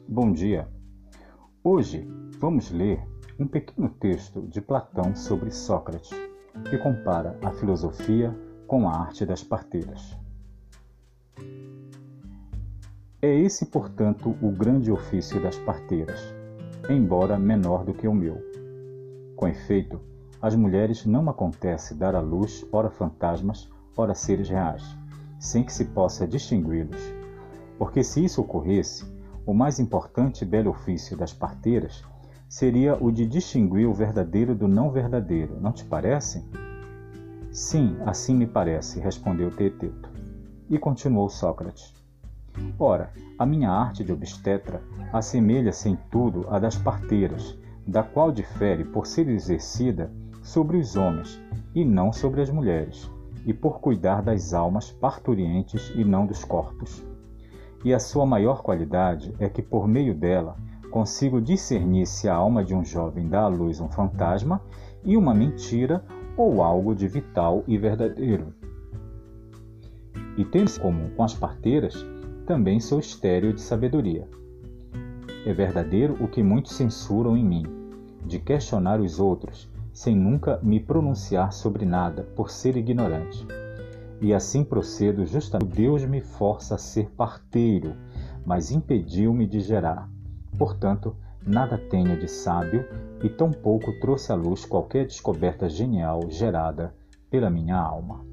Bom dia! Hoje vamos ler um pequeno texto de Platão sobre Sócrates, que compara a filosofia com a arte das parteiras. É esse, portanto, o grande ofício das parteiras, embora menor do que o meu. Com efeito, às mulheres não acontece dar à luz ora fantasmas, ora seres reais, sem que se possa distingui-los, porque se isso ocorresse, o mais importante e belo ofício das parteiras seria o de distinguir o verdadeiro do não verdadeiro, não te parece? Sim, assim me parece, respondeu Teeteto. E continuou Sócrates. Ora, a minha arte de obstetra assemelha-se em tudo à das parteiras, da qual difere por ser exercida sobre os homens e não sobre as mulheres, e por cuidar das almas parturientes e não dos corpos. E a sua maior qualidade é que, por meio dela, consigo discernir se a alma de um jovem dá à luz um fantasma e uma mentira ou algo de vital e verdadeiro. E tendo em comum com as parteiras, também sou estéril de sabedoria. É verdadeiro o que muitos censuram em mim, de questionar os outros, sem nunca me pronunciar sobre nada, por ser ignorante. E assim procedo justamente. Deus me força a ser parteiro, mas impediu-me de gerar. Portanto, nada tenho de sábio e tampouco trouxe à luz qualquer descoberta genial gerada pela minha alma.